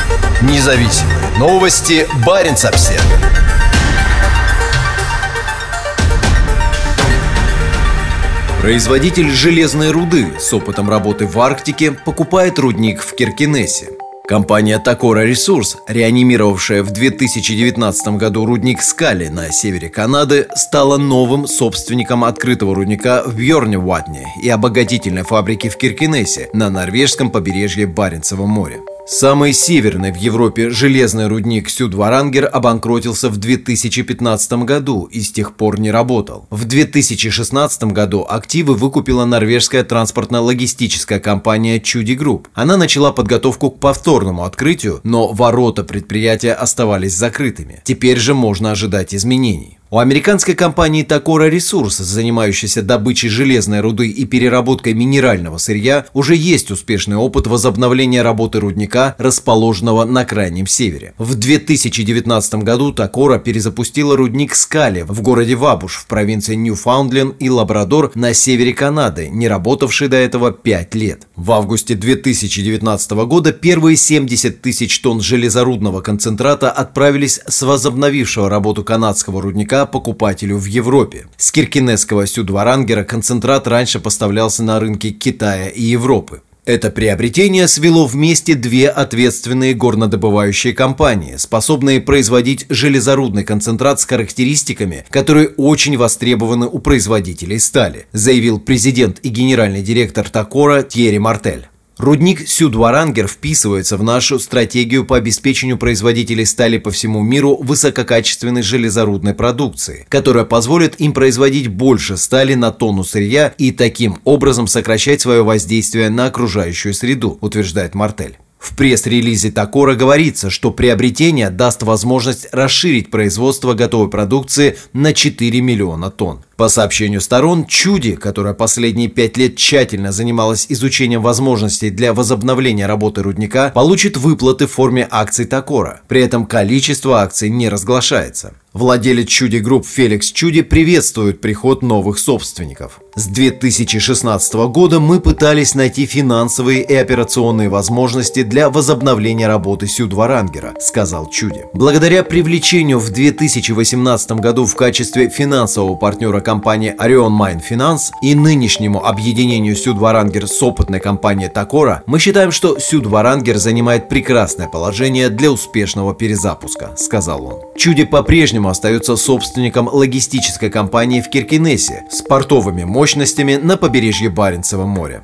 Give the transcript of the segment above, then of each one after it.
Независимые новости. Баренц-Обсервер. Производитель железной руды с опытом работы в Арктике покупает рудник в Киркенесе. Компания Takora Resource, реанимировавшая в 2019 году рудник Скали на севере Канады, стала новым собственником открытого рудника в Бьорневатне и обогатительной фабрики в Киркенесе на норвежском побережье Баренцева моря. Самый северный в Европе железный рудник Сюдварангер обанкротился в 2015 году и с тех пор не работал. В 2016 году активы выкупила норвежская транспортно-логистическая компания Tschudi Group. Она начала подготовку к повторному открытию, но ворота предприятия оставались закрытыми. Теперь же можно ожидать изменений. У американской компании Takora Resource, занимающейся добычей железной руды и переработкой минерального сырья, уже есть успешный опыт возобновления работы рудника, расположенного на крайнем севере. В 2019 году Takora перезапустила рудник Скали в городе Вабуш в провинции Ньюфаундленд и Лабрадор на севере Канады, не работавший до этого 5 лет. В августе 2019 года первые 70 тысяч тонн железорудного концентрата отправились с возобновившего работу канадского рудника покупателю в Европе. С киркенесского Сюдварангера концентрат раньше поставлялся на рынки Китая и Европы. Это приобретение свело вместе две ответственные горнодобывающие компании, способные производить железорудный концентрат с характеристиками, которые очень востребованы у производителей стали, заявил президент и генеральный директор Takora Тьерри Мартель. Рудник Сюдварангер вписывается в нашу стратегию по обеспечению производителей стали по всему миру высококачественной железорудной продукции, которая позволит им производить больше стали на тонну сырья и таким образом сокращать свое воздействие на окружающую среду, утверждает Мартель. В пресс-релизе Takora говорится, что приобретение даст возможность расширить производство готовой продукции на 4 миллиона тонн. По сообщению сторон, Tschudi, которая последние 5 лет тщательно занималась изучением возможностей для возобновления работы рудника, получит выплаты в форме акций Takora. При этом количество акций не разглашается. Владелец Tschudi Group Феликс Tschudi приветствует приход новых собственников. С 2016 года мы пытались найти финансовые и операционные возможности для возобновления работы Сюдварангера, сказал Tschudi. Благодаря привлечению в 2018 году в качестве финансового партнера компании Orion Mine Finance и нынешнему объединению Сюдварангер с опытной компанией Takora, мы считаем, что Сюдварангер занимает прекрасное положение для успешного перезапуска, сказал он. Tschudi по-прежнему остается собственником логистической компании в Киркенесе с портовыми мощностями на побережье Баренцева моря.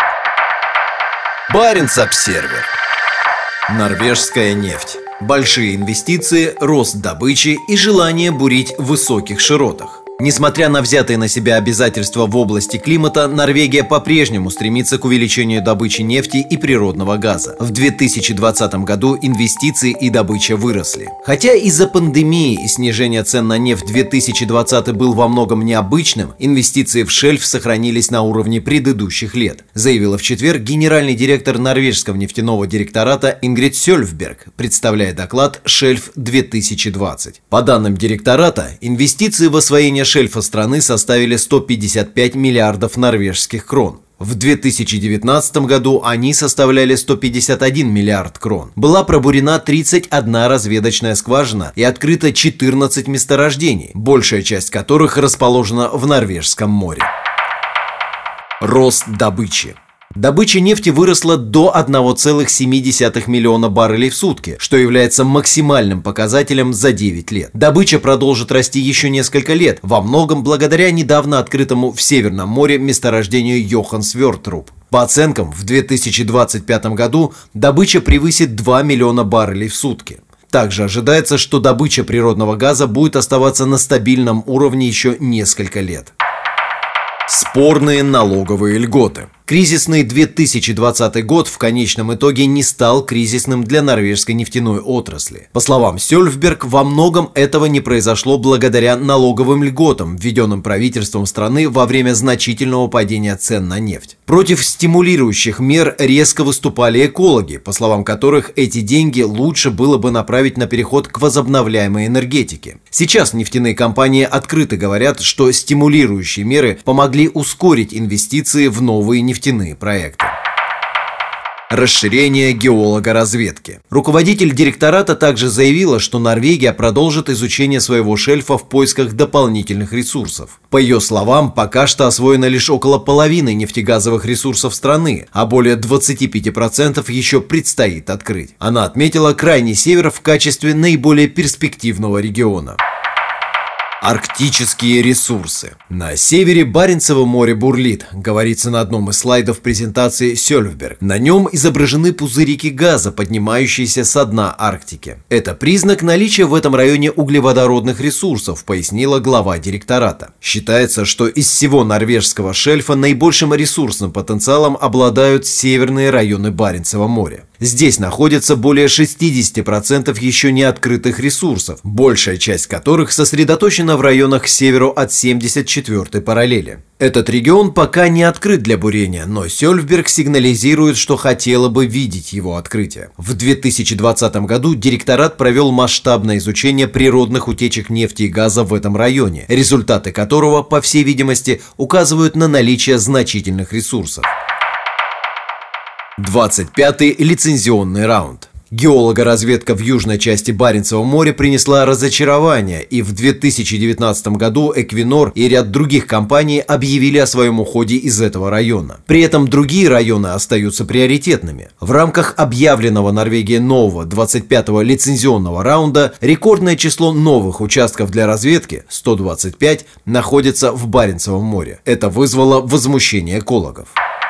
Баренц-Обсервер. Норвежская нефть. Большие инвестиции, рост добычи и желание бурить в высоких широтах. Несмотря на взятые на себя обязательства в области климата, Норвегия по-прежнему стремится к увеличению добычи нефти и природного газа. В 2020 году инвестиции и добыча выросли. Хотя из-за пандемии и снижения цен на нефть 2020 был во многом необычным, инвестиции в шельф сохранились на уровне предыдущих лет, заявила в четверг генеральный директор норвежского нефтяного директората Ингрид Сёльфберг, представляя доклад «Шельф-2020». По данным директората, инвестиции в освоение шельфа страны составили 155 миллиардов норвежских крон. В 2019 году они составляли 151 миллиард крон. Была пробурена 31 разведочная скважина и открыто 14 месторождений, большая часть которых расположена в Норвежском море. Рост добычи. Добыча нефти выросла до 1,7 миллиона баррелей в сутки, что является максимальным показателем за 9 лет. Добыча продолжит расти еще несколько лет, во многом благодаря недавно открытому в Северном море месторождению Йохан Свертруп. По оценкам, в 2025 году добыча превысит 2 миллиона баррелей в сутки. Также ожидается, что добыча природного газа будет оставаться на стабильном уровне еще несколько лет. Спорные налоговые льготы. Кризисный 2020 год в конечном итоге не стал кризисным для норвежской нефтяной отрасли. По словам Сёльфберг, во многом этого не произошло благодаря налоговым льготам, введенным правительством страны во время значительного падения цен на нефть. Против стимулирующих мер резко выступали экологи, по словам которых эти деньги лучше было бы направить на переход к возобновляемой энергетике. Сейчас нефтяные компании открыто говорят, что стимулирующие меры помогли ускорить инвестиции в новые нефтяные проекты. Расширение геологоразведки. Руководитель директората также заявила, что Норвегия продолжит изучение своего шельфа в поисках дополнительных ресурсов. По ее словам, пока что освоено лишь около половины нефтегазовых ресурсов страны, а более 25% еще предстоит открыть. Она отметила крайний север в качестве наиболее перспективного региона. Арктические ресурсы. На севере Баренцево море бурлит, говорится на одном из слайдов презентации Сёльфберг. На нем изображены пузырики газа, поднимающиеся со дна Арктики. Это признак наличия в этом районе углеводородных ресурсов, пояснила глава директората. Считается, что из всего норвежского шельфа наибольшим ресурсным потенциалом обладают северные районы Баренцева моря. Здесь находится более 60% еще не открытых ресурсов, большая часть которых сосредоточена в районах к северу от 74-й параллели. Этот регион пока не открыт для бурения, но Сёльфберг сигнализирует, что хотела бы видеть его открытие. В 2020 году директорат провел масштабное изучение природных утечек нефти и газа в этом районе, результаты которого, по всей видимости, указывают на наличие значительных ресурсов. 25-й лицензионный раунд. Геологоразведка в южной части Баренцева моря принесла разочарование, и в 2019 году Эквинор и ряд других компаний объявили о своем уходе из этого района. При этом другие районы остаются приоритетными. В рамках объявленного Норвегией нового 25-го лицензионного раунда рекордное число новых участков для разведки, 125, находится в Баренцевом море. Это вызвало возмущение экологов.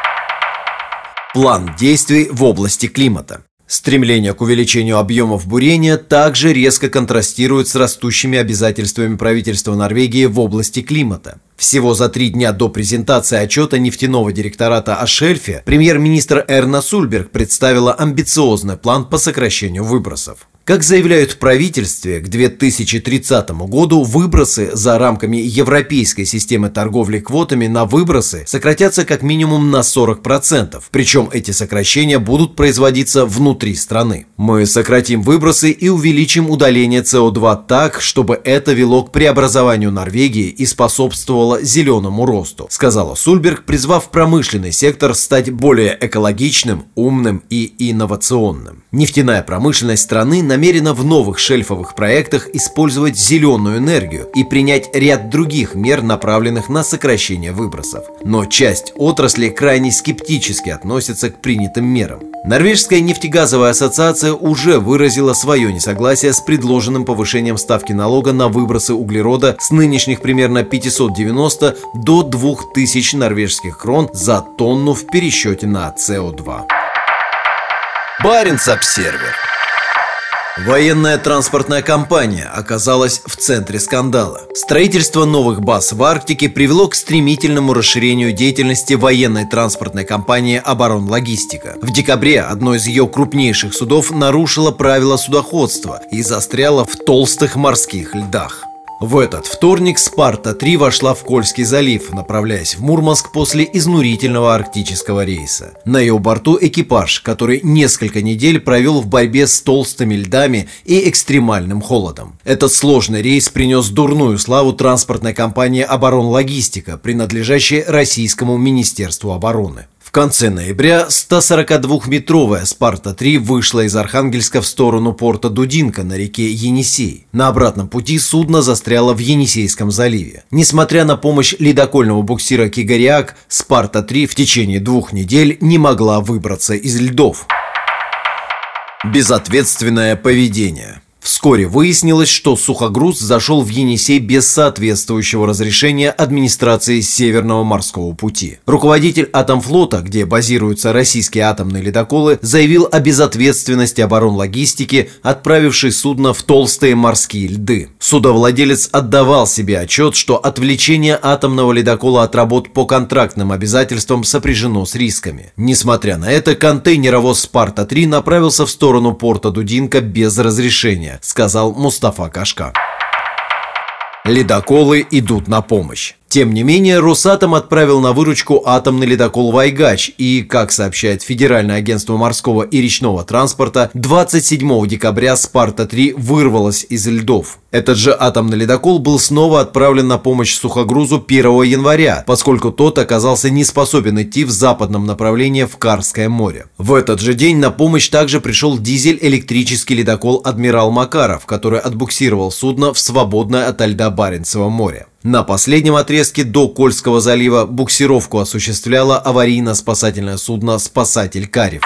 План действий в области климата. Стремление к увеличению объемов бурения также резко контрастирует с растущими обязательствами правительства Норвегии в области климата. Всего за 3 дня до презентации отчета нефтяного директората о шельфе премьер-министр Эрна Сольберг представила амбициозный план по сокращению выбросов. Как заявляют в правительстве, к 2030 году выбросы за рамками европейской системы торговли квотами на выбросы сократятся как минимум на 40%, причем эти сокращения будут производиться внутри страны. Мы сократим выбросы и увеличим удаление СО2 так, чтобы это вело к преобразованию Норвегии и способствовало зеленому росту, сказала Сольберг, призвав промышленный сектор стать более экологичным, умным и инновационным. Нефтяная промышленность страны намерена в новых шельфовых проектах использовать зеленую энергию и принять ряд других мер, направленных на сокращение выбросов. Но часть отрасли крайне скептически относится к принятым мерам. Норвежская нефтегазовая ассоциация уже выразила свое несогласие с предложенным повышением ставки налога на выбросы углерода с нынешних примерно 590 до 2000 норвежских крон за тонну в пересчете на СО2. Баренц-Обсервер. Военная транспортная компания оказалась в центре скандала. Строительство новых баз в Арктике привело к стремительному расширению деятельности военной транспортной компании «Оборонлогистика». В декабре одно из ее крупнейших судов нарушило правила судоходства и застряло в толстых морских льдах. В этот вторник «Спарта-3» вошла в Кольский залив, направляясь в Мурманск после изнурительного арктического рейса. На ее борту экипаж, который несколько недель провел в борьбе с толстыми льдами и экстремальным холодом. Этот сложный рейс принес дурную славу транспортной компании «Оборонлогистика», принадлежащей Российскому Министерству обороны. В конце ноября 142-метровая «Спарта-3» вышла из Архангельска в сторону порта Дудинка на реке Енисей. На обратном пути судно застряло в Енисейском заливе. Несмотря на помощь ледокольного буксира «Кигариак», «Спарта-3» в течение 2 недель не могла выбраться из льдов. Безответственное поведение. Вскоре выяснилось, что сухогруз зашел в Енисей без соответствующего разрешения администрации Северного морского пути. Руководитель Атомфлота, где базируются российские атомные ледоколы, заявил о безответственности оборонлогистики, отправившей судно в толстые морские льды. Судовладелец отдавал себе отчет, что отвлечение атомного ледокола от работ по контрактным обязательствам сопряжено с рисками. Несмотря на это, контейнеровоз «Спарта-3» направился в сторону порта Дудинка без разрешения, сказал Мустафа Кашка. Ледоколы идут на помощь. Тем не менее, Росатом отправил на выручку атомный ледокол «Вайгач» и, как сообщает Федеральное агентство морского и речного транспорта, 27 декабря «Спарта-3» вырвалась из льдов. Этот же атомный ледокол был снова отправлен на помощь сухогрузу 1 января, поскольку тот оказался не способен идти в западном направлении в Карское море. В этот же день на помощь также пришел дизель-электрический ледокол «Адмирал Макаров», который отбуксировал судно в свободное ото льда Баренцево море. На последнем отрезке до Кольского залива буксировку осуществляло аварийно-спасательное судно «Спасатель Карев».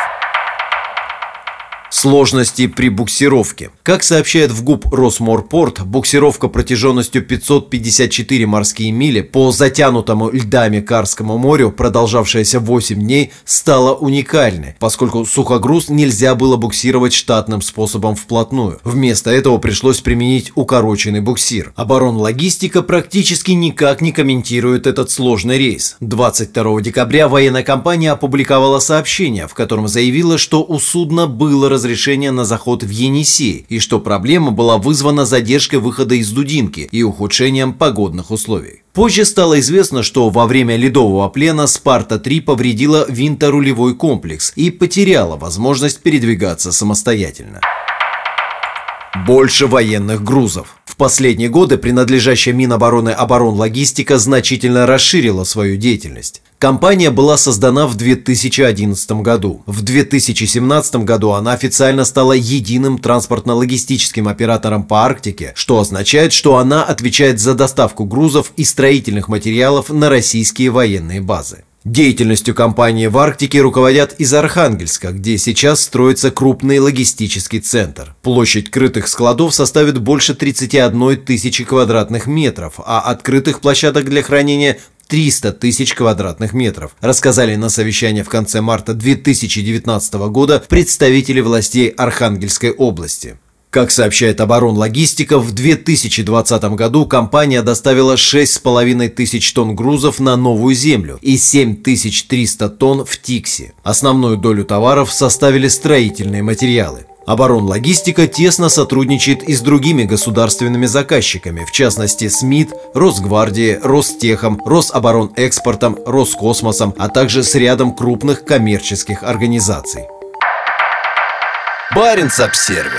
Сложности при буксировке. Как сообщает в ГУП Росморпорт, буксировка протяженностью 554 морские мили по затянутому льдами Карскому морю, продолжавшаяся 8 дней, стала уникальной, поскольку сухогруз нельзя было буксировать штатным способом вплотную. Вместо этого пришлось применить укороченный буксир. Оборонлогистика практически никак не комментирует этот сложный рейс. 22 декабря военная компания опубликовала сообщение, в котором заявила, что у судна было разрешение на заход в Енисей и что проблема была вызвана задержкой выхода из Дудинки и ухудшением погодных условий. Позже стало известно, что во время ледового плена «Спарта-3» повредила винторулевой комплекс и потеряла возможность передвигаться самостоятельно. Больше военных грузов. В последние годы принадлежащая Минобороны оборонлогистика значительно расширила свою деятельность. Компания была создана в 2011 году. В 2017 году она официально стала единым транспортно-логистическим оператором по Арктике, что означает, что она отвечает за доставку грузов и строительных материалов на российские военные базы. Деятельностью компании в Арктике руководят из Архангельска, где сейчас строится крупный логистический центр. Площадь крытых складов составит больше 31 тысячи квадратных метров, а открытых площадок для хранения 300 тысяч квадратных метров, рассказали на совещании в конце марта 2019 года представители властей Архангельской области. Как сообщает Оборонлогистика, в 2020 году компания доставила 6,5 тысяч тонн грузов на Новую Землю и 7300 тонн в Тикси. Основную долю товаров составили строительные материалы. Оборонлогистика тесно сотрудничает и с другими государственными заказчиками, в частности с МИД, Росгвардией, Ростехом, Рособоронэкспортом, Роскосмосом, а также с рядом крупных коммерческих организаций. Баренц-Обсервер.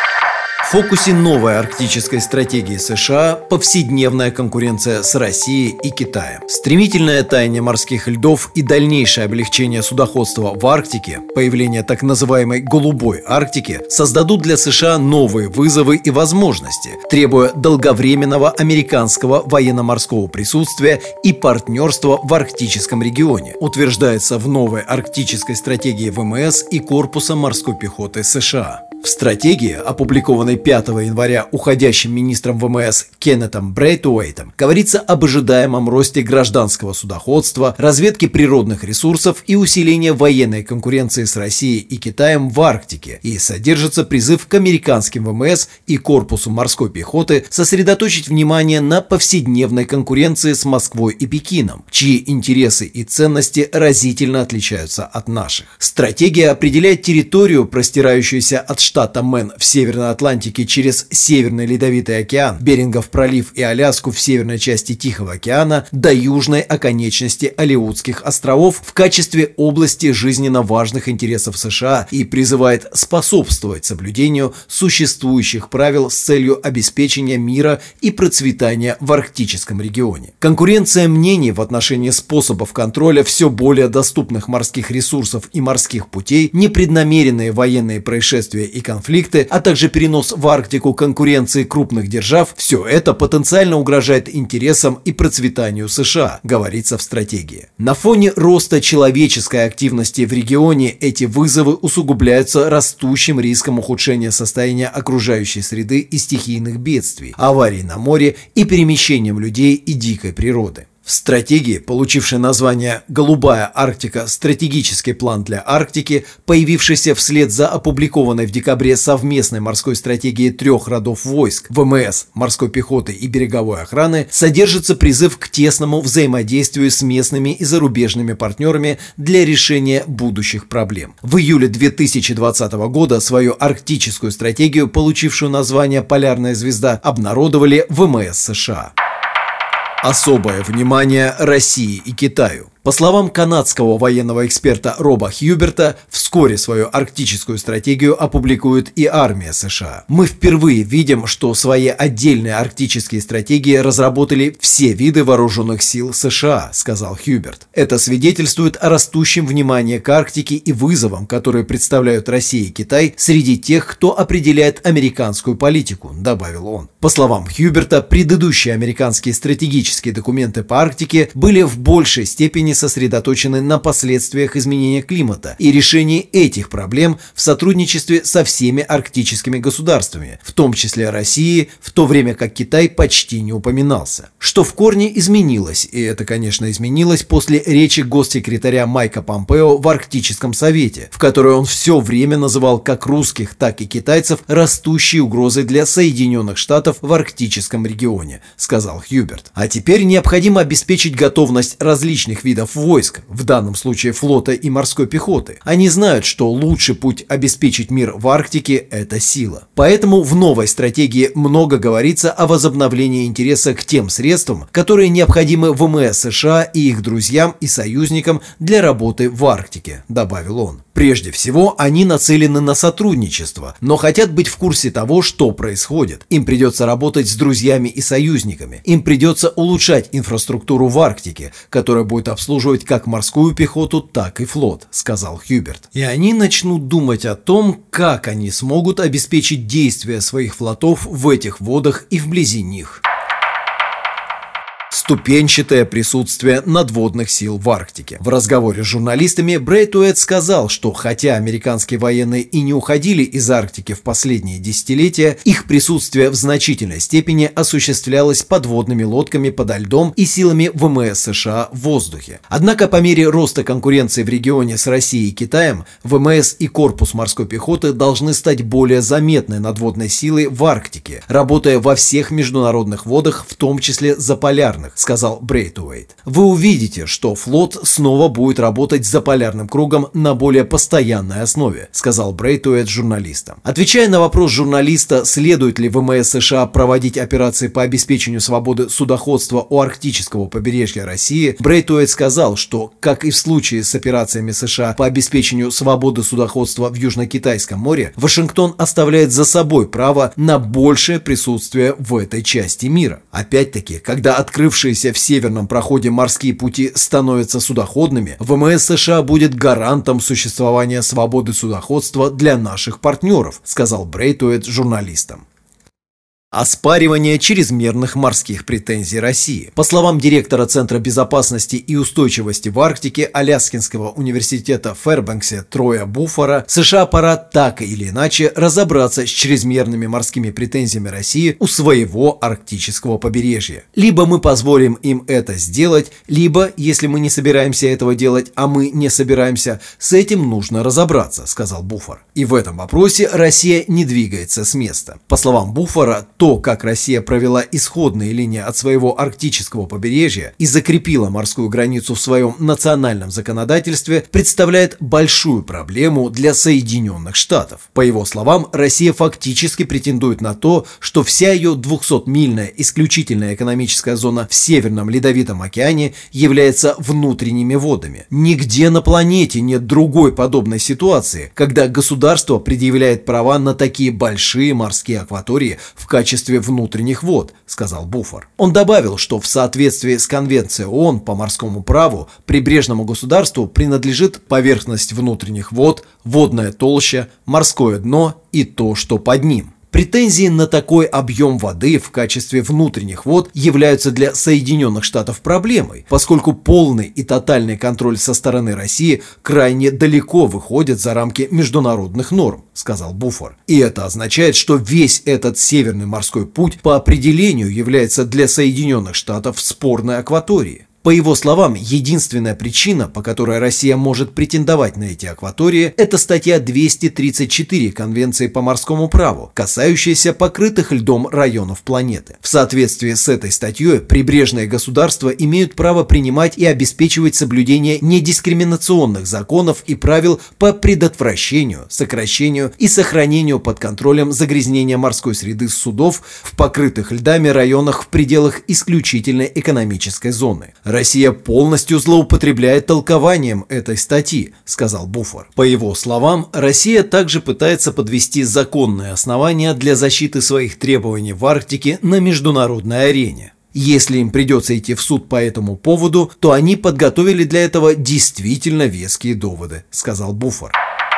В фокусе новой арктической стратегии США – повседневная конкуренция с Россией и Китаем. Стремительное таяние морских льдов и дальнейшее облегчение судоходства в Арктике, появление так называемой «голубой Арктики» создадут для США новые вызовы и возможности, требуя долговременного американского военно-морского присутствия и партнерства в арктическом регионе, утверждается в новой арктической стратегии ВМС и Корпуса морской пехоты США. В стратегии, опубликованной 5 января уходящим министром ВМС Кеннетом Брейтуэйтом, говорится об ожидаемом росте гражданского судоходства, разведке природных ресурсов и усилении военной конкуренции с Россией и Китаем в Арктике, и содержится призыв к американским ВМС и Корпусу морской пехоты сосредоточить внимание на повседневной конкуренции с Москвой и Пекином, чьи интересы и ценности разительно отличаются от наших. Стратегия определяет территорию, простирающуюся от штата Мэн в Северной Атлантике через Северный Ледовитый океан, Берингов пролив и Аляску в северной части Тихого океана до южной оконечности Алеутских островов в качестве области жизненно важных интересов США и призывает способствовать соблюдению существующих правил с целью обеспечения мира и процветания в арктическом регионе. Конкуренция мнений в отношении способов контроля все более доступных морских ресурсов и морских путей, непреднамеренные военные происшествия и конфликты, а также перенос в Арктику конкуренции крупных держав – все это потенциально угрожает интересам и процветанию США, говорится в стратегии. На фоне роста человеческой активности в регионе эти вызовы усугубляются растущим риском ухудшения состояния окружающей среды и стихийных бедствий, аварий на море и перемещением людей и дикой природы. В стратегии, получившей название «Голубая Арктика. Стратегический план для Арктики», появившейся вслед за опубликованной в декабре совместной морской стратегией 3 родов войск ВМС, морской пехоты и береговой охраны, содержится призыв к тесному взаимодействию с местными и зарубежными партнерами для решения будущих проблем. В июле 2020 года свою арктическую стратегию, получившую название «Полярная звезда», обнародовали ВМС США. Особое внимание России и Китаю. По словам канадского военного эксперта Роба Хьюберта, вскоре свою арктическую стратегию опубликует и армия США. «Мы впервые видим, что свои отдельные арктические стратегии разработали все виды вооруженных сил США», — сказал Хьюберт. «Это свидетельствует о растущем внимании к Арктике и вызовам, которые представляют Россия и Китай среди тех, кто определяет американскую политику», — добавил он. По словам Хьюберта, предыдущие американские стратегические документы по Арктике были в большей степени сосредоточены на последствиях изменения климата и решении этих проблем в сотрудничестве со всеми арктическими государствами, в том числе Россией, в то время как Китай почти не упоминался. Что в корне изменилось, и это, конечно, изменилось после речи госсекретаря Майка Помпео в Арктическом совете, в которой он все время называл как русских, так и китайцев растущей угрозой для Соединенных Штатов в арктическом регионе, сказал Хьюберт. А теперь необходимо обеспечить готовность различных видов войск, в данном случае флота и морской пехоты. Они знают, что лучший путь обеспечить мир в Арктике – это сила. Поэтому в новой стратегии много говорится о возобновлении интереса к тем средствам, которые необходимы ВМС США и их друзьям и союзникам для работы в Арктике, добавил он. Прежде всего, они нацелены на сотрудничество, но хотят быть в курсе того, что происходит. Им придется работать с друзьями и союзниками. Им придется улучшать инфраструктуру в Арктике, которая будет обслуживать как морскую пехоту, так и флот, сказал Хьюберт. И они начнут думать о том, как они смогут обеспечить действия своих флотов в этих водах и вблизи них. Ступенчатое присутствие надводных сил в Арктике. В разговоре с журналистами Брейтуэйт сказал, что хотя американские военные и не уходили из Арктики в последние десятилетия, их присутствие в значительной степени осуществлялось подводными лодками подо льдом и силами ВМС США в воздухе. Однако по мере роста конкуренции в регионе с Россией и Китаем, ВМС и корпус морской пехоты должны стать более заметной надводной силой в Арктике, работая во всех международных водах, в том числе заполярных, сказал Брейтуэйт. Вы увидите, что флот снова будет работать за полярным кругом на более постоянной основе, сказал Брейтуэйт журналистам. Отвечая на вопрос журналиста, следует ли ВМС США проводить операции по обеспечению свободы судоходства у арктического побережья России, Брейтуэйт сказал, что, как и в случае с операциями США по обеспечению свободы судоходства в Южно-Китайском море, Вашингтон оставляет за собой право на большее присутствие в этой части мира. Опять-таки, когда открывшиеся в северном проходе морские пути становятся судоходными, ВМС США будет гарантом существования свободы судоходства для наших партнеров, сказал Брейтуэйт журналистам. Оспаривание чрезмерных морских претензий России. По словам директора Центра безопасности и устойчивости в Арктике Аляскинского университета в Фэрбанксе Троя Буффора, США пора так или иначе разобраться с чрезмерными морскими претензиями России у своего арктического побережья. Либо мы позволим им это сделать, либо, если мы не собираемся этого делать, а мы не собираемся, с этим нужно разобраться, сказал Буффор. И в этом вопросе Россия не двигается с места. По словам Буффора, то, как Россия провела исходные линии от своего арктического побережья и закрепила морскую границу в своем национальном законодательстве, представляет большую проблему для Соединенных Штатов. По его словам, Россия фактически претендует на то, что вся ее 200-мильная исключительная экономическая зона в Северном Ледовитом океане является внутренними водами. Нигде на планете нет другой подобной ситуации, когда государство предъявляет права на такие большие морские акватории в качестве внутренних вод, сказал Буффор. Он добавил, что в соответствии с Конвенцией ООН по морскому праву прибрежному государству принадлежит поверхность внутренних вод, водная толща, морское дно и то, что под ним. Претензии на такой объем воды в качестве внутренних вод являются для Соединенных Штатов проблемой, поскольку полный и тотальный контроль со стороны России крайне далеко выходит за рамки международных норм, сказал Буффор. И это означает, что весь этот северный морской путь по определению является для Соединенных Штатов спорной акваторией. По его словам, единственная причина, по которой Россия может претендовать на эти акватории, это статья 234 Конвенции по морскому праву, касающаяся покрытых льдом районов планеты. В соответствии с этой статьей прибрежные государства имеют право принимать и обеспечивать соблюдение недискриминационных законов и правил по предотвращению, сокращению и сохранению под контролем загрязнения морской среды судов в покрытых льдами районах в пределах исключительной экономической зоны. Россия полностью злоупотребляет толкованием этой статьи, сказал Буфор. По его словам, Россия также пытается подвести законные основания для защиты своих требований в Арктике на международной арене. Если им придется идти в суд по этому поводу, то они подготовили для этого действительно веские доводы, сказал Буфор.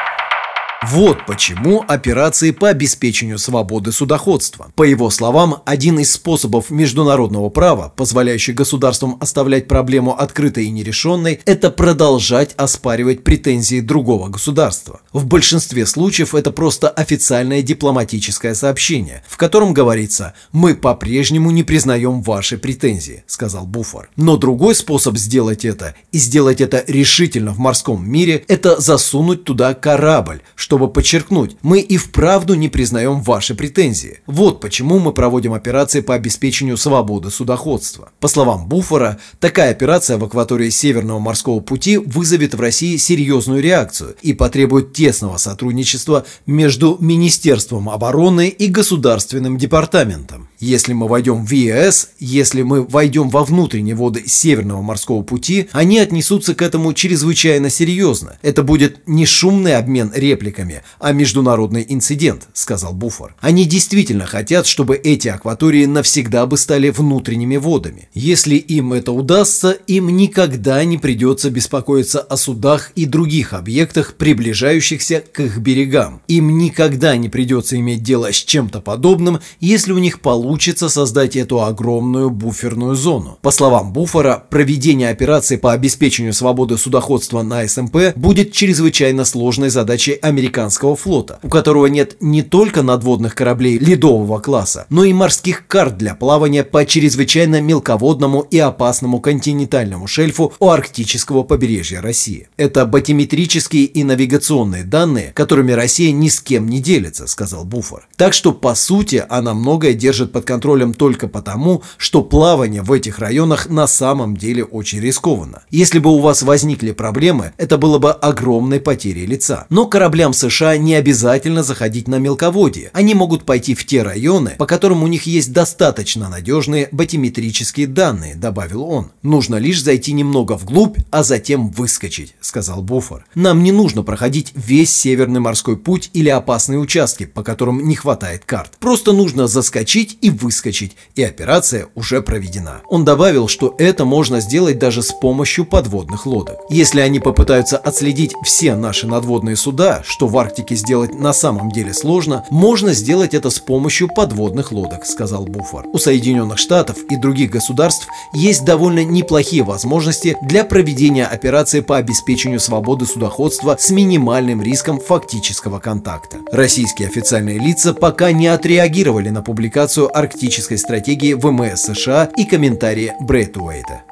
Вот почему операции по обеспечению свободы судоходства. По его словам, один из способов международного права, позволяющий государствам оставлять проблему открытой и нерешенной, это продолжать оспаривать претензии другого государства. В большинстве случаев это просто официальное дипломатическое сообщение, в котором говорится: «Мы по-прежнему не признаем ваши претензии», сказал Буфор. Но другой способ сделать это, и сделать это решительно в морском мире, это засунуть туда корабль, чтобы подчеркнуть: мы и вправду не признаем ваши претензии. Вот почему мы проводим операции по обеспечению свободы судоходства. По словам Буфора, такая операция в акватории Северного морского пути вызовет в России серьезную реакцию и потребует тесного сотрудничества между Министерством обороны и Государственным департаментом. Если мы войдем в ЕС, если мы войдем во внутренние воды Северного морского пути, они отнесутся к этому чрезвычайно серьезно. Это будет не шумный обмен репликами, а международный инцидент, сказал Буфор. Они действительно хотят, чтобы эти акватории навсегда бы стали внутренними водами. Если им это удастся, им никогда не придется беспокоиться о судах и других объектах, приближающихся к их берегам. Им никогда не придется иметь дело с чем-то подобным, если у них получится создать эту огромную буферную зону. По словам Буфора, проведение операции по обеспечению свободы судоходства на СМП будет чрезвычайно сложной задачей американского флота, у которого нет не только надводных кораблей ледового класса, но и морских карт для плавания по чрезвычайно мелководному и опасному континентальному шельфу у арктического побережья России. Это батиметрические и навигационные данные, которыми Россия ни с кем не делится, сказал Буфор. Так что, по сути, она многое держит под контролем только потому, что плавание в этих районах на самом деле очень рискованно. Если бы у вас возникли проблемы, это было бы огромной потерей лица. Но кораблям США не обязательно заходить на мелководье. Они могут пойти в те районы, по которым у них есть достаточно надежные батиметрические данные, добавил он. Нужно лишь зайти немного вглубь, а затем выскочить, сказал Буфор. Нам не нужно проходить весь Северный морской путь или опасные участки, по которым не хватает карт. Просто нужно заскочить и выскочить, и операция уже проведена. Он добавил, что это можно сделать даже с помощью подводных лодок. Если они попытаются отследить все наши надводные суда, что в Арктике сделать на самом деле сложно, можно сделать это с помощью подводных лодок, сказал Буфор. У Соединенных Штатов и других государств есть довольно неплохие возможности для проведения операции по обеспечению свободы судоходства с минимальным риском фактического контакта. Российские официальные лица пока не отреагировали на публикацию арктической стратегии ВМС США и комментарии Брейтуэйта.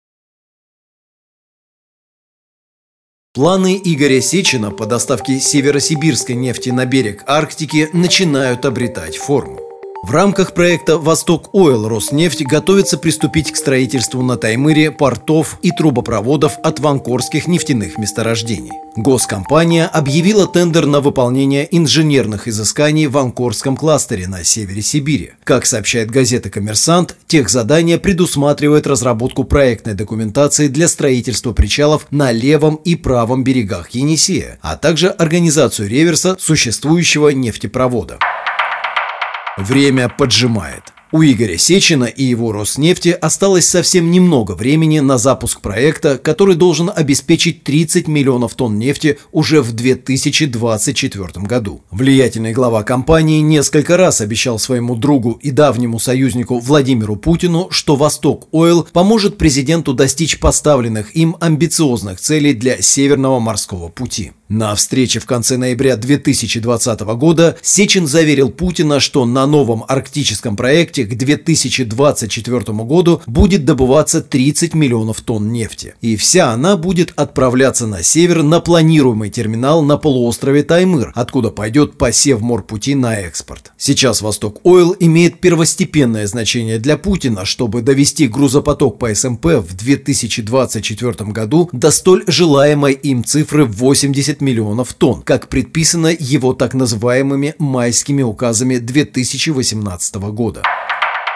Планы Игоря Сечина по доставке северосибирской нефти на берег Арктики начинают обретать форму. В рамках проекта «Восток Ойл» Роснефть готовится приступить к строительству на Таймыре портов и трубопроводов от ванкорских нефтяных месторождений. Госкомпания объявила тендер на выполнение инженерных изысканий в Анкорском кластере на севере Сибири. Как сообщает газета «Коммерсант», техзадание предусматривает разработку проектной документации для строительства причалов на левом и правом берегах Енисея, а также организацию реверса существующего нефтепровода. Время поджимает. У Игоря Сечина и его Роснефти осталось совсем немного времени на запуск проекта, который должен обеспечить 30 миллионов тонн нефти уже в 2024 году. Влиятельный глава компании несколько раз обещал своему другу и давнему союзнику Владимиру Путину, что «Восток Ойл» поможет президенту достичь поставленных им амбициозных целей для Северного морского пути. На встрече в конце ноября 2020 года Сечин заверил Путина, что на новом арктическом проекте к 2024 году будет добываться 30 миллионов тонн нефти. И вся она будет отправляться на север на планируемый терминал на полуострове Таймыр, откуда пойдет посев морпути на экспорт. Сейчас «Восток Ойл» имеет первостепенное значение для Путина, чтобы довести грузопоток по СМП в 2024 году до столь желаемой им цифры 80 миллионов тонн, как предписано его так называемыми майскими указами 2018 года.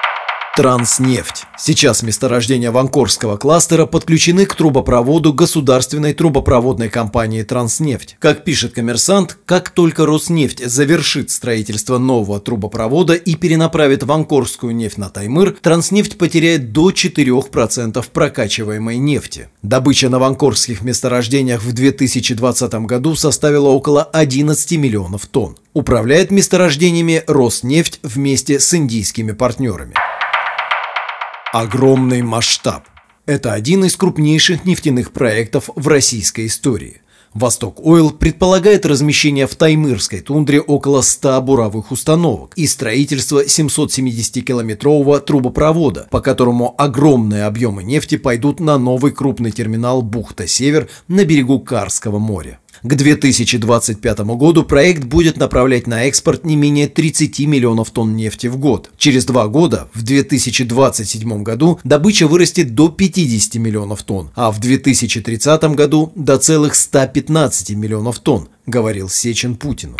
Транснефть. Сейчас месторождения Ванкорского кластера подключены к трубопроводу государственной трубопроводной компании «Транснефть». Как пишет «Коммерсант», как только Роснефть завершит строительство нового трубопровода и перенаправит ванкорскую нефть на Таймыр, Транснефть потеряет до 4% прокачиваемой нефти. Добыча на ванкорских месторождениях в 2020 году составила около 11 миллионов тонн. Управляет месторождениями Роснефть вместе с индийскими партнерами. Огромный масштаб. Это один из крупнейших нефтяных проектов в российской истории. Восток Ойл предполагает размещение в Таймырской тундре около 100 буровых установок и строительство 770-километрового трубопровода, по которому огромные объемы нефти пойдут на новый крупный терминал «Бухта-Север» на берегу Карского моря. К 2025 году проект будет направлять на экспорт не менее 30 миллионов тонн нефти в год. Через 2 года, в 2027 году, добыча вырастет до 50 миллионов тонн, а в 2030 году до целых 115 миллионов тонн, говорил Сечин Путину.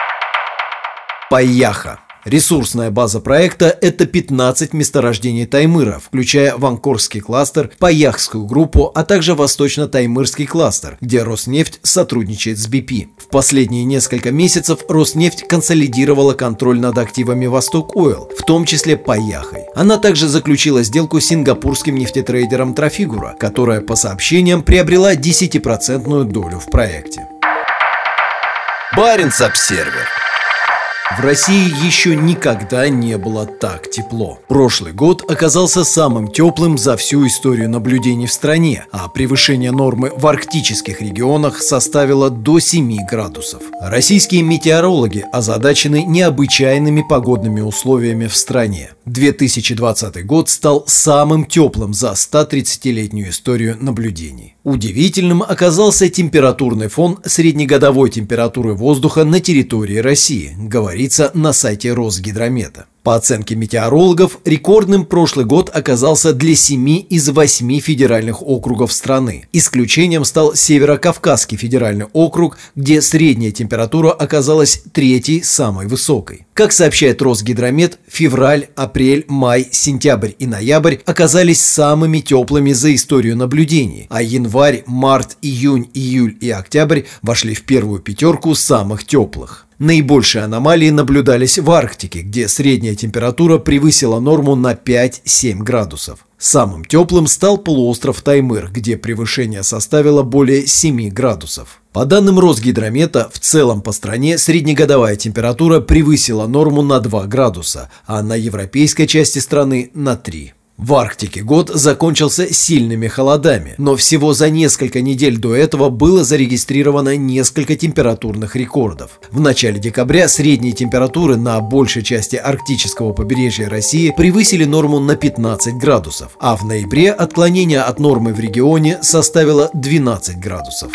Паяха. Ресурсная база проекта – это 15 месторождений Таймыра, включая Ванкорский кластер, Паяхскую группу, а также Восточно-Таймырский кластер, где Роснефть сотрудничает с BP. В последние несколько месяцев Роснефть консолидировала контроль над активами Восток Ойл, в том числе Паяхой. Она также заключила сделку с сингапурским нефтетрейдером Трафигура, которая, по сообщениям, приобрела 10% долю в проекте. Баренц-Обсервер. В России еще никогда не было так тепло. Прошлый год оказался самым теплым за всю историю наблюдений в стране, а превышение нормы в арктических регионах составило до 7 градусов. Российские метеорологи озадачены необычайными погодными условиями в стране. 2020 год стал самым теплым за 130-летнюю историю наблюдений. Удивительным оказался температурный фон среднегодовой температуры воздуха на территории России, говорится на сайте Росгидромета. По оценке метеорологов, рекордным прошлый год оказался для 7 из 8 федеральных округов страны. Исключением стал Северо-Кавказский федеральный округ, где средняя температура оказалась 3-й самой высокой. Как сообщает Росгидромет, февраль, апрель, май, сентябрь и ноябрь оказались самыми теплыми за историю наблюдений, а январь, март, июнь, июль и октябрь вошли в первую пятерку самых теплых. Наибольшие аномалии наблюдались в Арктике, где средняя температура превысила норму на 5-7 градусов. Самым теплым стал полуостров Таймыр, где превышение составило более 7 градусов. По данным Росгидромета, в целом по стране среднегодовая температура превысила норму на 2 градуса, а на европейской части страны на 3. В Арктике год закончился сильными холодами, но всего за несколько недель до этого было зарегистрировано несколько температурных рекордов. В начале декабря средние температуры на большей части арктического побережья России превысили норму на 15 градусов, а в ноябре отклонение от нормы в регионе составило 12 градусов.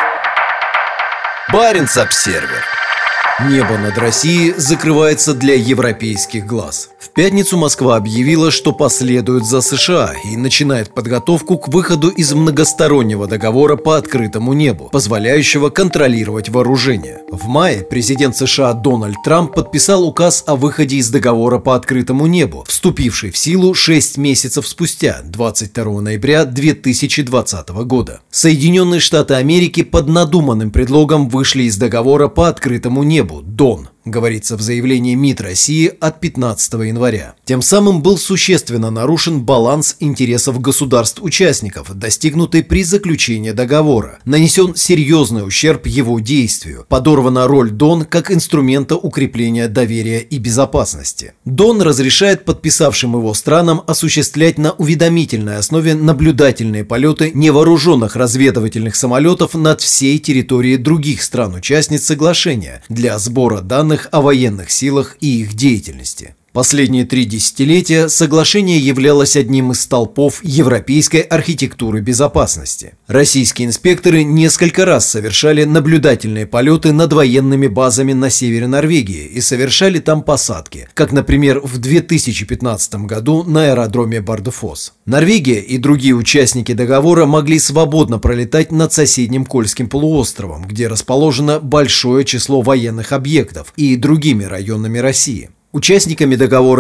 Баренц-Обсервер. Небо над Россией закрывается для европейских глаз. В пятницу Москва объявила, что последует за США и начинает подготовку к выходу из многостороннего договора по открытому небу, позволяющего контролировать вооружение. В мае президент США Дональд Трамп подписал указ о выходе из договора по открытому небу, вступивший в силу 6 месяцев спустя, 22 ноября 2020 года. Соединенные Штаты Америки под надуманным предлогом вышли из договора по открытому небу, ДОН, говорится в заявлении МИД России от 15 января. Тем самым был существенно нарушен баланс интересов государств-участников, достигнутый при заключении договора. Нанесен серьезный ущерб его действию. Подорвана роль ДОН как инструмента укрепления доверия и безопасности. ДОН разрешает подписавшим его странам осуществлять на уведомительной основе наблюдательные полеты невооруженных разведывательных самолетов над всей территорией других стран-участниц соглашения для сбора данных о военных силах и их деятельности. Последние 3 десятилетия соглашение являлось одним из столпов европейской архитектуры безопасности. Российские инспекторы несколько раз совершали наблюдательные полеты над военными базами на севере Норвегии и совершали там посадки, как, например, в 2015 году на аэродроме Бардефос. Норвегия и другие участники договора могли свободно пролетать над соседним Кольским полуостровом, где расположено большое число военных объектов, и другими районами России. Участниками договора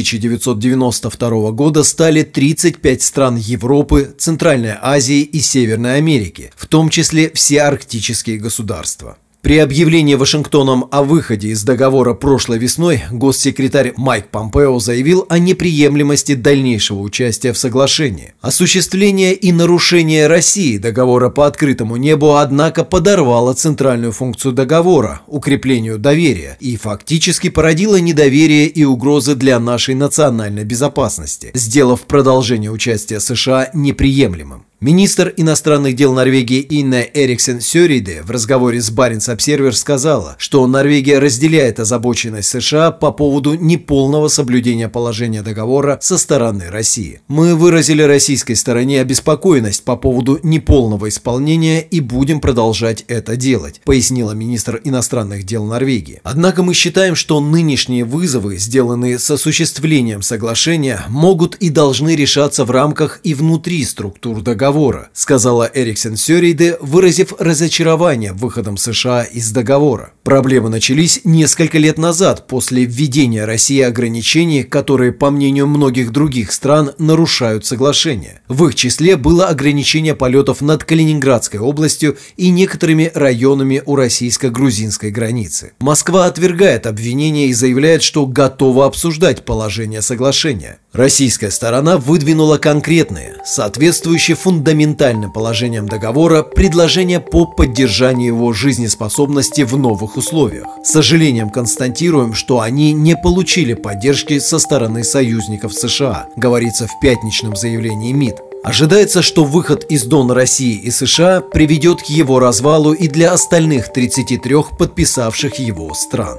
1992 года стали 35 стран Европы, Центральной Азии и Северной Америки, в том числе все арктические государства. При объявлении Вашингтоном о выходе из договора прошлой весной госсекретарь Майк Помпео заявил о неприемлемости дальнейшего участия в соглашении. Осуществление и нарушение России договора по открытому небу, однако, подорвало центральную функцию договора – укреплению доверия, и фактически породило недоверие и угрозы для нашей национальной безопасности, сделав продолжение участия США неприемлемым. Министр иностранных дел Норвегии Инна Эриксен Сёрейде в разговоре с Баренц Обсервер сказала, что Норвегия разделяет озабоченность США по поводу неполного соблюдения положения договора со стороны России. «Мы выразили российской стороне обеспокоенность по поводу неполного исполнения и будем продолжать это делать», пояснила министр иностранных дел Норвегии. «Однако мы считаем, что нынешние вызовы, сделанные с осуществлением соглашения, могут и должны решаться в рамках и внутри структур договора», сказала Эриксен Сёрейде, выразив разочарование выходом США из договора. Проблемы начались несколько лет назад, после введения России ограничений, которые, по мнению многих других стран, нарушают соглашение. В их числе было ограничение полетов над Калининградской областью и некоторыми районами у российско-грузинской границы. Москва отвергает обвинения и заявляет, что готова обсуждать положение соглашения. Российская сторона выдвинула конкретные, соответствующие фундаментальным положениям договора, предложения по поддержанию его жизнеспособности в новых условиях. С сожалением констатируем, что они не получили поддержки со стороны союзников США, говорится в пятничном заявлении МИД. Ожидается, что выход из Дона России и США приведет к его развалу и для остальных 33 подписавших его стран.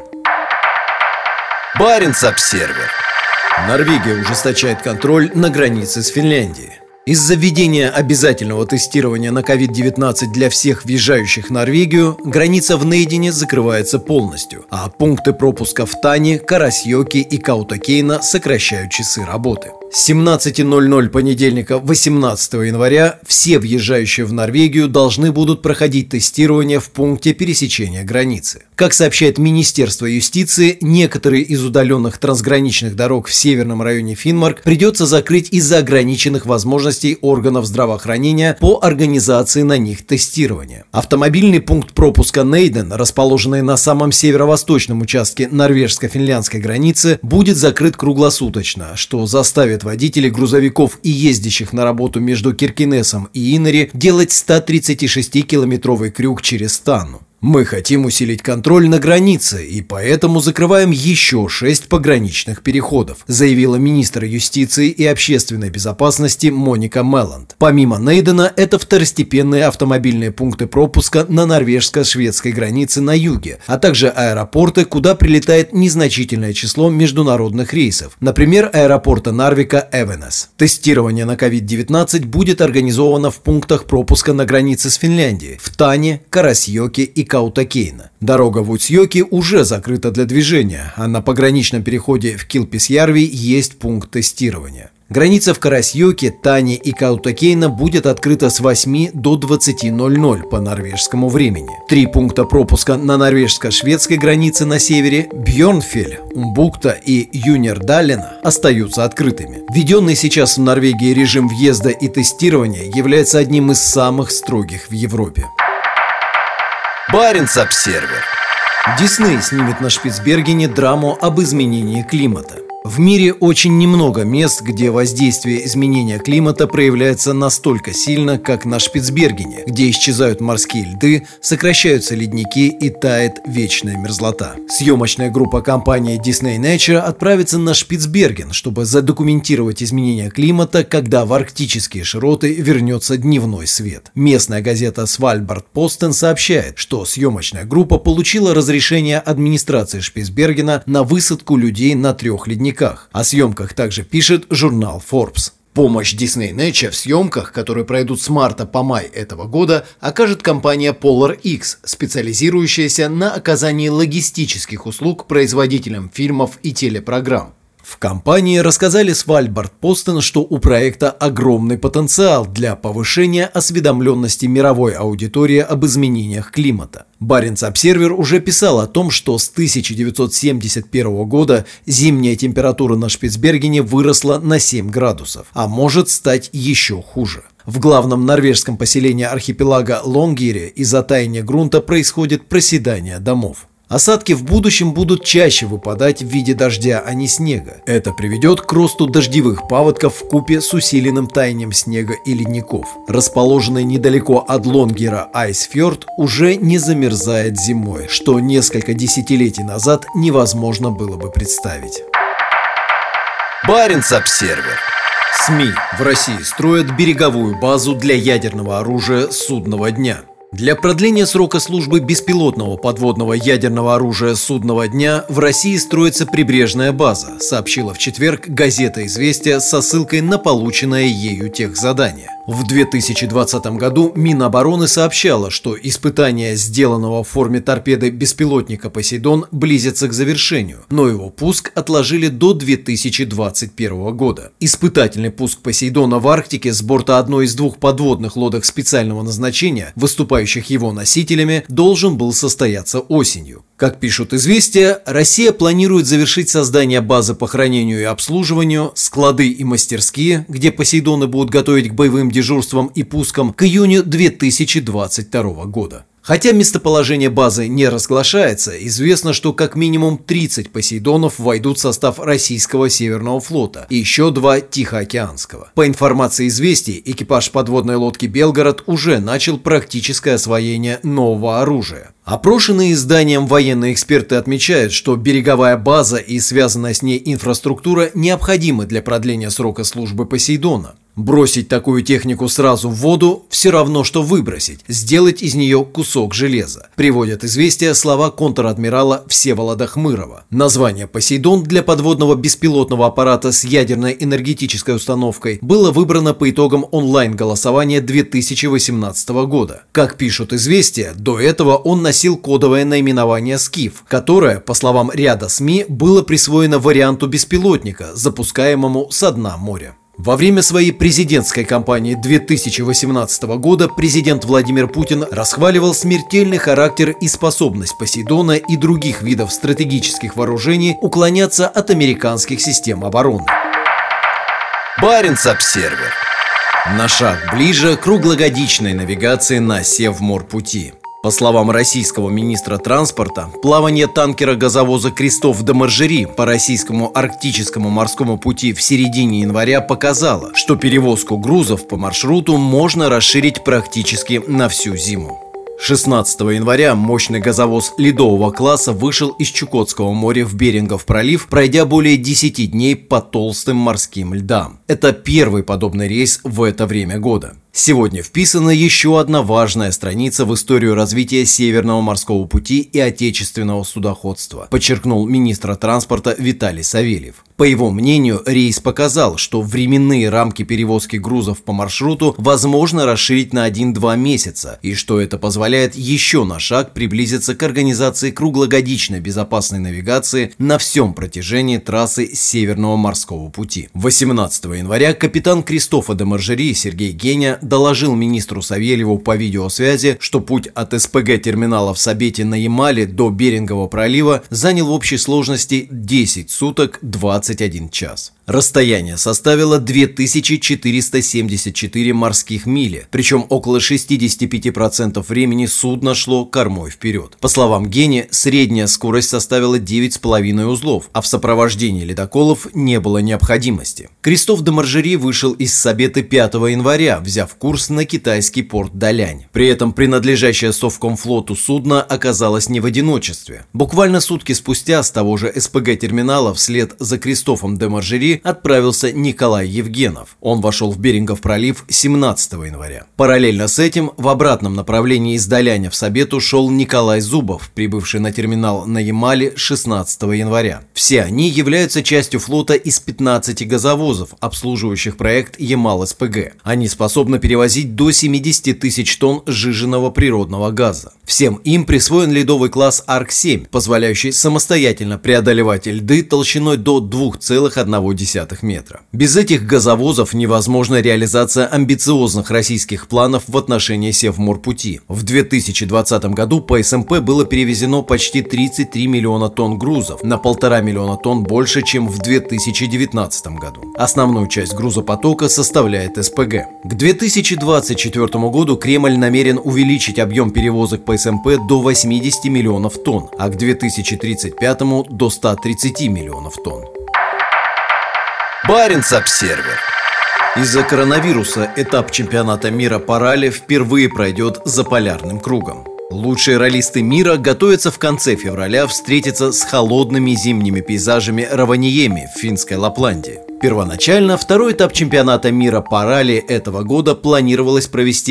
Баренц Обсервер. Норвегия ужесточает контроль на границе с Финляндией. Из-за введения обязательного тестирования на COVID-19 для всех въезжающих в Норвегию, граница в Нейдене закрывается полностью, а пункты пропуска в Тане, Карасьоке и Каутакейна сокращают часы работы. С 17:00 понедельника 18 января все въезжающие в Норвегию должны будут проходить тестирование в пункте пересечения границы. Как сообщает Министерство юстиции, некоторые из удаленных трансграничных дорог в северном районе Финмарк придется закрыть из-за ограниченных возможностей органов здравоохранения по организации на них тестирования. Автомобильный пункт пропуска Нейден, расположенный на самом северо-восточном участке норвежско-финляндской границы, будет закрыт круглосуточно, что заставит водителей грузовиков и ездящих на работу между Киркенесом и Иннери делать 136-километровый крюк через Тану. «Мы хотим усилить контроль на границе и поэтому закрываем еще 6 пограничных переходов», заявила министр юстиции и общественной безопасности Моника Мелланд. Помимо Нейдена, это второстепенные автомобильные пункты пропуска на норвежско-шведской границе на юге, а также аэропорты, куда прилетает незначительное число международных рейсов, например, аэропорта Нарвика Эвенес. Тестирование на COVID-19 будет организовано в пунктах пропуска на границе с Финляндией, в Тане, Карасьоке и Каутакейна. Дорога в Уцьёке уже закрыта для движения, а на пограничном переходе в Килписьярви есть пункт тестирования. Граница в Карасьоке, Тане и Каутакейна будет открыта с 8 до 20:00 по норвежскому времени. 3 пункта пропуска на норвежско-шведской границе на севере, Бьорнфель, Умбукта и Юнердален, остаются открытыми. Введенный сейчас в Норвегии режим въезда и тестирования является одним из самых строгих в Европе. Баренц Обсервер. Дисней снимет на Шпицбергене драму об изменении климата. В мире очень немного мест, где воздействие изменения климата проявляется настолько сильно, как на Шпицбергене, где исчезают морские льды, сокращаются ледники и тает вечная мерзлота. Съемочная группа компании Disney Nature отправится на Шпицберген, чтобы задокументировать изменения климата, когда в арктические широты вернется дневной свет. Местная газета Svalbard-Posten сообщает, что съемочная группа получила разрешение администрации Шпицбергена на высадку людей на 3 ледниках. О съемках также пишет журнал Forbes. Помощь Disney Nature в съемках, которые пройдут с марта по май этого года, окажет компания PolarX, специализирующаяся на оказании логистических услуг производителям фильмов и телепрограмм. В компании рассказали Svalbard-Posten, что у проекта огромный потенциал для повышения осведомленности мировой аудитории об изменениях климата. Barents Observer уже писал о том, что с 1971 года зимняя температура на Шпицбергене выросла на 7 градусов, а может стать еще хуже. В главном норвежском поселении архипелага Лонгире из-за таяния грунта происходит проседание домов. Осадки в будущем будут чаще выпадать в виде дождя, а не снега. Это приведет к росту дождевых паводков вкупе с усиленным таянием снега и ледников. Расположенный недалеко от Лонгира Айсфьорд уже не замерзает зимой, что несколько десятилетий назад невозможно было бы представить. Barents Observer. СМИ в России строят береговую базу для ядерного оружия судного дня. Для продления срока службы беспилотного подводного ядерного оружия судного дня в России строится прибрежная база, сообщила в четверг газета «Известия» со ссылкой на полученное ею техзадание. В 2020 году Минобороны сообщало, что испытания сделанного в форме торпеды беспилотника «Посейдон» близятся к завершению, но его пуск отложили до 2021 года. Испытательный пуск «Посейдона» в Арктике с борта одной из двух подводных лодок специального назначения, выступающих его носителями, должен был состояться осенью. Как пишут «Известия», Россия планирует завершить создание базы по хранению и обслуживанию, склады и мастерские, где «Посейдоны» будут готовить к боевым дежурствам и пускам, к июню 2022 года. Хотя местоположение базы не разглашается, известно, что как минимум 30 «Посейдонов» войдут в состав российского Северного флота и еще 2 Тихоокеанского. По информации «Известий», экипаж подводной лодки «Белгород» уже начал практическое освоение нового оружия. Опрошенные изданием военные эксперты отмечают, что береговая база и связанная с ней инфраструктура необходимы для продления срока службы «Посейдона». Бросить такую технику сразу в воду – все равно, что выбросить, сделать из нее кусок железа, приводят «Известия» слова контр-адмирала Всеволода Хмырова. Название «Посейдон» для подводного беспилотного аппарата с ядерной энергетической установкой было выбрано по итогам онлайн-голосования 2018 года. Как пишут «Известия», до этого он носил кодовое наименование «Скиф», которое, по словам ряда СМИ, было присвоено варианту беспилотника, запускаемому со дна моря. Во время своей президентской кампании 2018 года президент Владимир Путин расхваливал смертельный характер и способность «Посейдона» и других видов стратегических вооружений уклоняться от американских систем обороны. Barents Observer. На шаг ближе к круглогодичной навигации на Севморпути. По словам российского министра транспорта, плавание танкера-газовоза «Кристоф де Маржери» по российскому арктическому морскому пути в середине января показало, что перевозку грузов по маршруту можно расширить практически на всю зиму. 16 января мощный газовоз ледового класса вышел из Чукотского моря в Берингов пролив, пройдя более 10 дней по толстым морским льдам. Это первый подобный рейс в это время года. Сегодня вписана еще одна важная страница в историю развития Северного морского пути и отечественного судоходства, подчеркнул министр транспорта Виталий Савельев. По его мнению, рейс показал, что временные рамки перевозки грузов по маршруту возможно расширить на 1-2 месяца, и что это позволяет еще на шаг приблизиться к организации круглогодичной безопасной навигации на всем протяжении трассы Северного морского пути. 18 января капитан Кристофа де Маржери Сергей Геня доложил министру Савельеву по видеосвязи, что путь от СПГ-терминала в Сабете на Ямале до Берингового пролива занял в общей сложности 10 суток 21 час. Расстояние составило 2474 морских мили, причем около 65% времени судно шло кормой вперед. По словам Гени, средняя скорость составила 9,5 узлов, а в сопровождении ледоколов не было необходимости. Кристоф де Маржери вышел из Сабеты 5 января, взяв курс на китайский порт Далянь. При этом принадлежащее Совкомфлоту судно оказалось не в одиночестве. Буквально сутки спустя с того же СПГ-терминала вслед за Кристофом де Маржери Пути отправился Николай Евгенов. Он вошел в Берингов пролив 17 января. Параллельно с этим в обратном направлении из Доляня в Сабету шел Николай Зубов, прибывший на терминал на Ямале 16 января. Все они являются частью флота из 15 газовозов, обслуживающих проект Ямал-СПГ. Они способны перевозить до 70 тысяч тонн сжиженного природного газа. Всем им присвоен ледовый класс Арк-7, позволяющий самостоятельно преодолевать льды толщиной до 2,1 метра. Без этих газовозов невозможна реализация амбициозных российских планов в отношении Севморпути. В 2020 году по СМП было перевезено почти 33 миллиона тонн грузов, на 1,5 миллиона тонн больше, чем в 2019 году. Основную часть грузопотока составляет СПГ. К 2024 году Кремль намерен увеличить объем перевозок по СМП до 80 миллионов тонн, а к 2035 до 130 миллионов тонн. Баренц-Обсервер. Из-за коронавируса этап чемпионата мира по ралли впервые пройдет за полярным кругом. Лучшие раллисты мира готовятся в конце февраля встретиться с холодными зимними пейзажами Раваньеми в финской Лапландии. Первоначально второй этап чемпионата мира по ралли этого года планировалось провести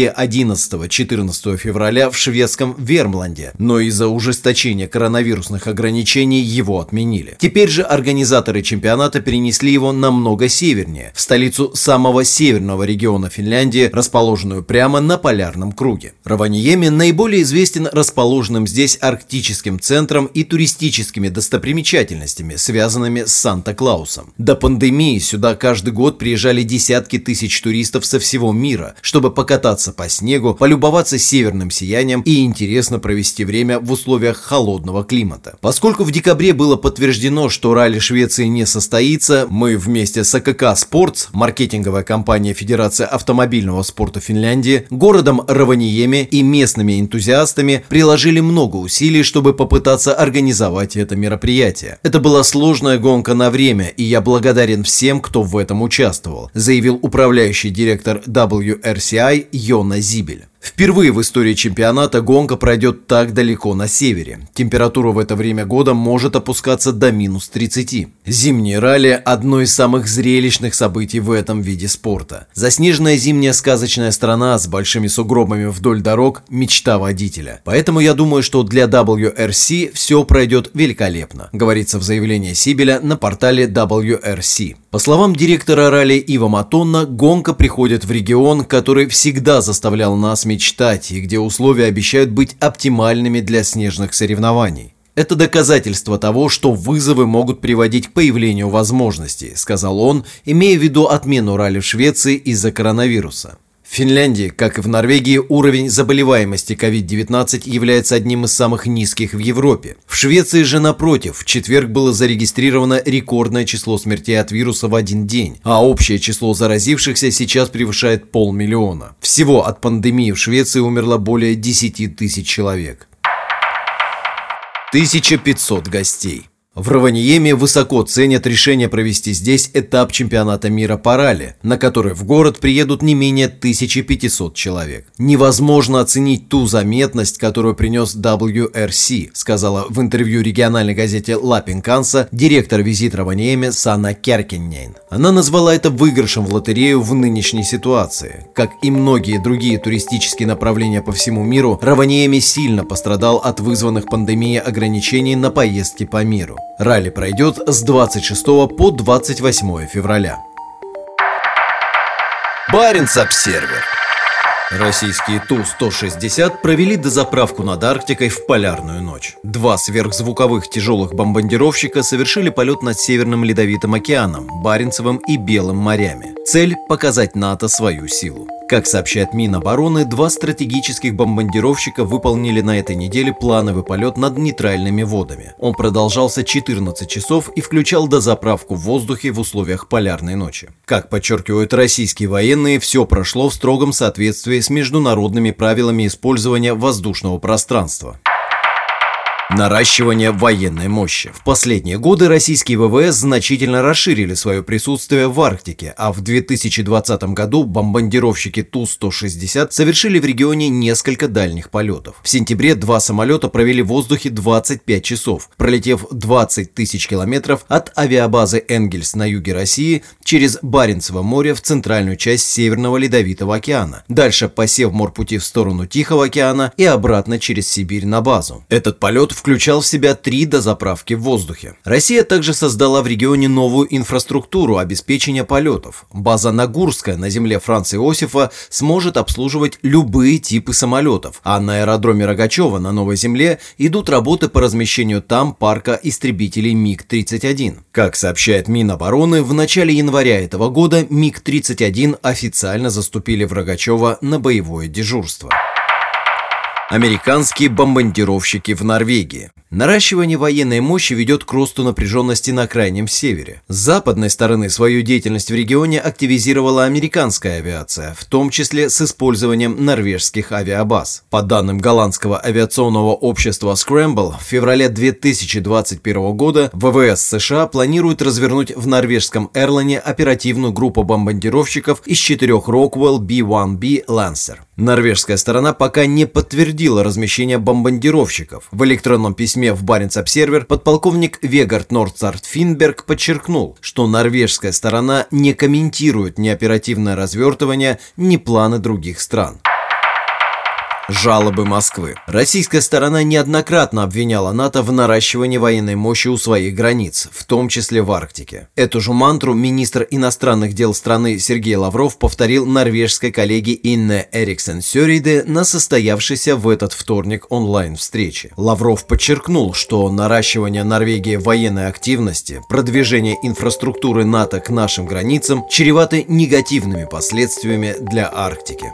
11-14 февраля в шведском Вермланде, но из-за ужесточения коронавирусных ограничений его отменили. Теперь же организаторы чемпионата перенесли его намного севернее, в столицу самого северного региона Финляндии, расположенную прямо на полярном круге. Раваньеми наиболее известен расположенным здесь арктическим центром и туристическими достопримечательностями, связанными с Санта-Клаусом. До пандемии сюда каждый год приезжали десятки тысяч туристов со всего мира, чтобы покататься по снегу, полюбоваться северным сиянием и интересно провести время в условиях холодного климата. Поскольку в декабре было подтверждено, что ралли Швеции не состоится, мы вместе с АКК Спортс, маркетинговая компания Федерации автомобильного спорта Финляндии, городом Раваньеми и местными энтузиастами приложили много усилий, чтобы попытаться организовать это мероприятие. Это была сложная гонка на время, и я благодарен всем, кто в этом участвовал, заявил управляющий директор WRCI Йона Зибель. Впервые в истории чемпионата гонка пройдет так далеко на севере. Температура в это время года может опускаться до минус 30. Зимние ралли – одно из самых зрелищных событий в этом виде спорта. Заснеженная зимняя сказочная страна с большими сугробами вдоль дорог – мечта водителя. Поэтому я думаю, что для WRC все пройдет великолепно, говорится в заявлении Сибеля на портале WRC. По словам директора ралли Ива Матонна, гонка приходит в регион, который всегда заставлял нас мечтать и где условия обещают быть оптимальными для снежных соревнований. Это доказательство того, что вызовы могут приводить к появлению возможностей, сказал он, имея в виду отмену ралли в Швеции из-за коронавируса. В Финляндии, как и в Норвегии, уровень заболеваемости COVID-19 является одним из самых низких в Европе. В Швеции же, напротив, в четверг было зарегистрировано рекордное число смертей от вируса в один день, а общее число заразившихся сейчас превышает 500 000. Всего от пандемии в Швеции умерло более 10 тысяч человек. 1500 гостей. В Раваньеми высоко ценят решение провести здесь этап чемпионата мира по ралли, на который в город приедут не менее 1500 человек. Невозможно оценить ту заметность, которую принес WRC, сказала в интервью региональной газете Лапинканса директор визит Раваньеми Санна Кяркиннейн. Она назвала это выигрышем в лотерею в нынешней ситуации. Как и многие другие туристические направления по всему миру, Раваньеми сильно пострадал от вызванных пандемией ограничений на поездки по миру. Ралли пройдет с 26 по 28 февраля. Баренц-Обсервер. Российские Ту-160 провели дозаправку над Арктикой в полярную ночь. Два сверхзвуковых тяжелых бомбардировщика совершили полет над Северным Ледовитым океаном, Баренцевым и Белым морями. Цель – показать НАТО свою силу. Как сообщает Минобороны, два стратегических бомбардировщика выполнили на этой неделе плановый полет над нейтральными водами. Он продолжался 14 часов и включал дозаправку в воздухе в условиях полярной ночи. Как подчеркивают российские военные, все прошло в строгом соответствии с международными правилами использования воздушного пространства. Наращивание военной мощи. В последние годы российские ВВС значительно расширили свое присутствие в Арктике, а в 2020 году бомбардировщики Ту-160 совершили в регионе несколько дальних полетов. В сентябре 2 самолета провели в воздухе 25 часов, пролетев 20 тысяч километров от авиабазы Энгельс на юге России через Баренцево море в центральную часть Северного Ледовитого океана, дальше по Севморпути в сторону Тихого океана и обратно через Сибирь на базу. Этот полет включал в себя 3 дозаправки в воздухе. Россия также создала в регионе новую инфраструктуру обеспечения полетов. База Нагурская на земле Франца Иосифа сможет обслуживать любые типы самолетов, а на аэродроме Рогачева на Новой Земле идут работы по размещению там парка истребителей МиГ-31. Как сообщает Минобороны, в начале января этого года МиГ-31 официально заступили в Рогачево на боевое дежурство. Американские бомбардировщики в Норвегии. Наращивание военной мощи ведет к росту напряженности на Крайнем Севере. С западной стороны свою деятельность в регионе активизировала американская авиация, в том числе с использованием норвежских авиабаз. По данным голландского авиационного общества Scramble, в феврале 2021 года ВВС США планирует развернуть в норвежском Эрлане оперативную группу бомбардировщиков из 4 Rockwell B-1B Lancer. Норвежская сторона пока не подтвердила размещение бомбардировщиков. В электронном письме в Баренц-Обсервер подполковник Вегард Нордстарт-Финберг подчеркнул, что норвежская сторона не комментирует ни оперативное развертывание, ни планы других стран. Жалобы Москвы. Российская сторона неоднократно обвиняла НАТО в наращивании военной мощи у своих границ, в том числе в Арктике. Эту же мантру министр иностранных дел страны Сергей Лавров повторил норвежской коллеге Инне Эриксен Сёриде на состоявшейся в этот вторник онлайн-встрече. Лавров подчеркнул, что наращивание Норвегии военной активности, продвижение инфраструктуры НАТО к нашим границам чреваты негативными последствиями для Арктики.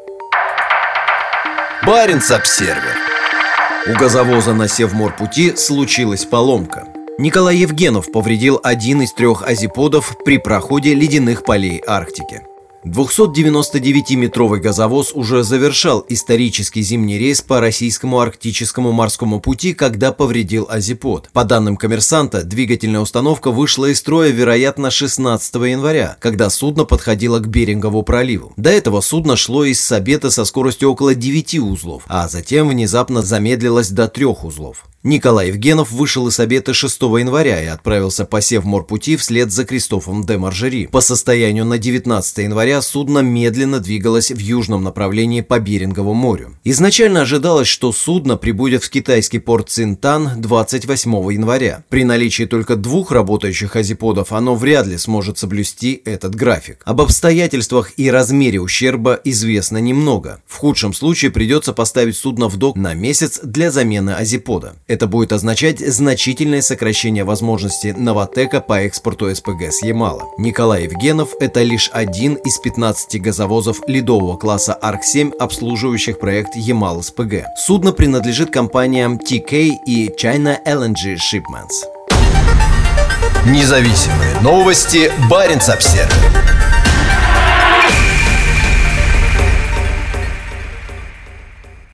Баренц-Обсервер. У газовоза на Севморпути случилась поломка. Николай Евгенов повредил один из 3 азиподов при проходе ледяных полей Арктики. 299-метровый газовоз уже завершал исторический зимний рейс по российскому арктическому морскому пути, когда повредил азипод. По данным «Коммерсанта», двигательная установка вышла из строя, вероятно, 16 января, когда судно подходило к Берингову проливу. До этого судно шло из Сабета со скоростью около 9 узлов, а затем внезапно замедлилось до 3 узлов. Николай Евгенов вышел из Сабета 6 января и отправился по Севморпути вслед за Кристофом де Маржери. По состоянию на 19 января судно медленно двигалось в южном направлении по Берингову морю. Изначально ожидалось, что судно прибудет в китайский порт Цинтан 28 января. При наличии только 2 работающих азиподов оно вряд ли сможет соблюсти этот график. Об обстоятельствах и размере ущерба известно немного. В худшем случае придется поставить судно в док на месяц для замены азипода. Это будет означать значительное сокращение возможностей Новатэка по экспорту СПГ с Ямала. Николай Евгенов – это лишь один из 15 газовозов ледового класса Арк-7, обслуживающих проект Ямал-СПГ. Судно принадлежит компаниям TK и China LNG Shipments. Независимые новости. Баренц-Обсервер.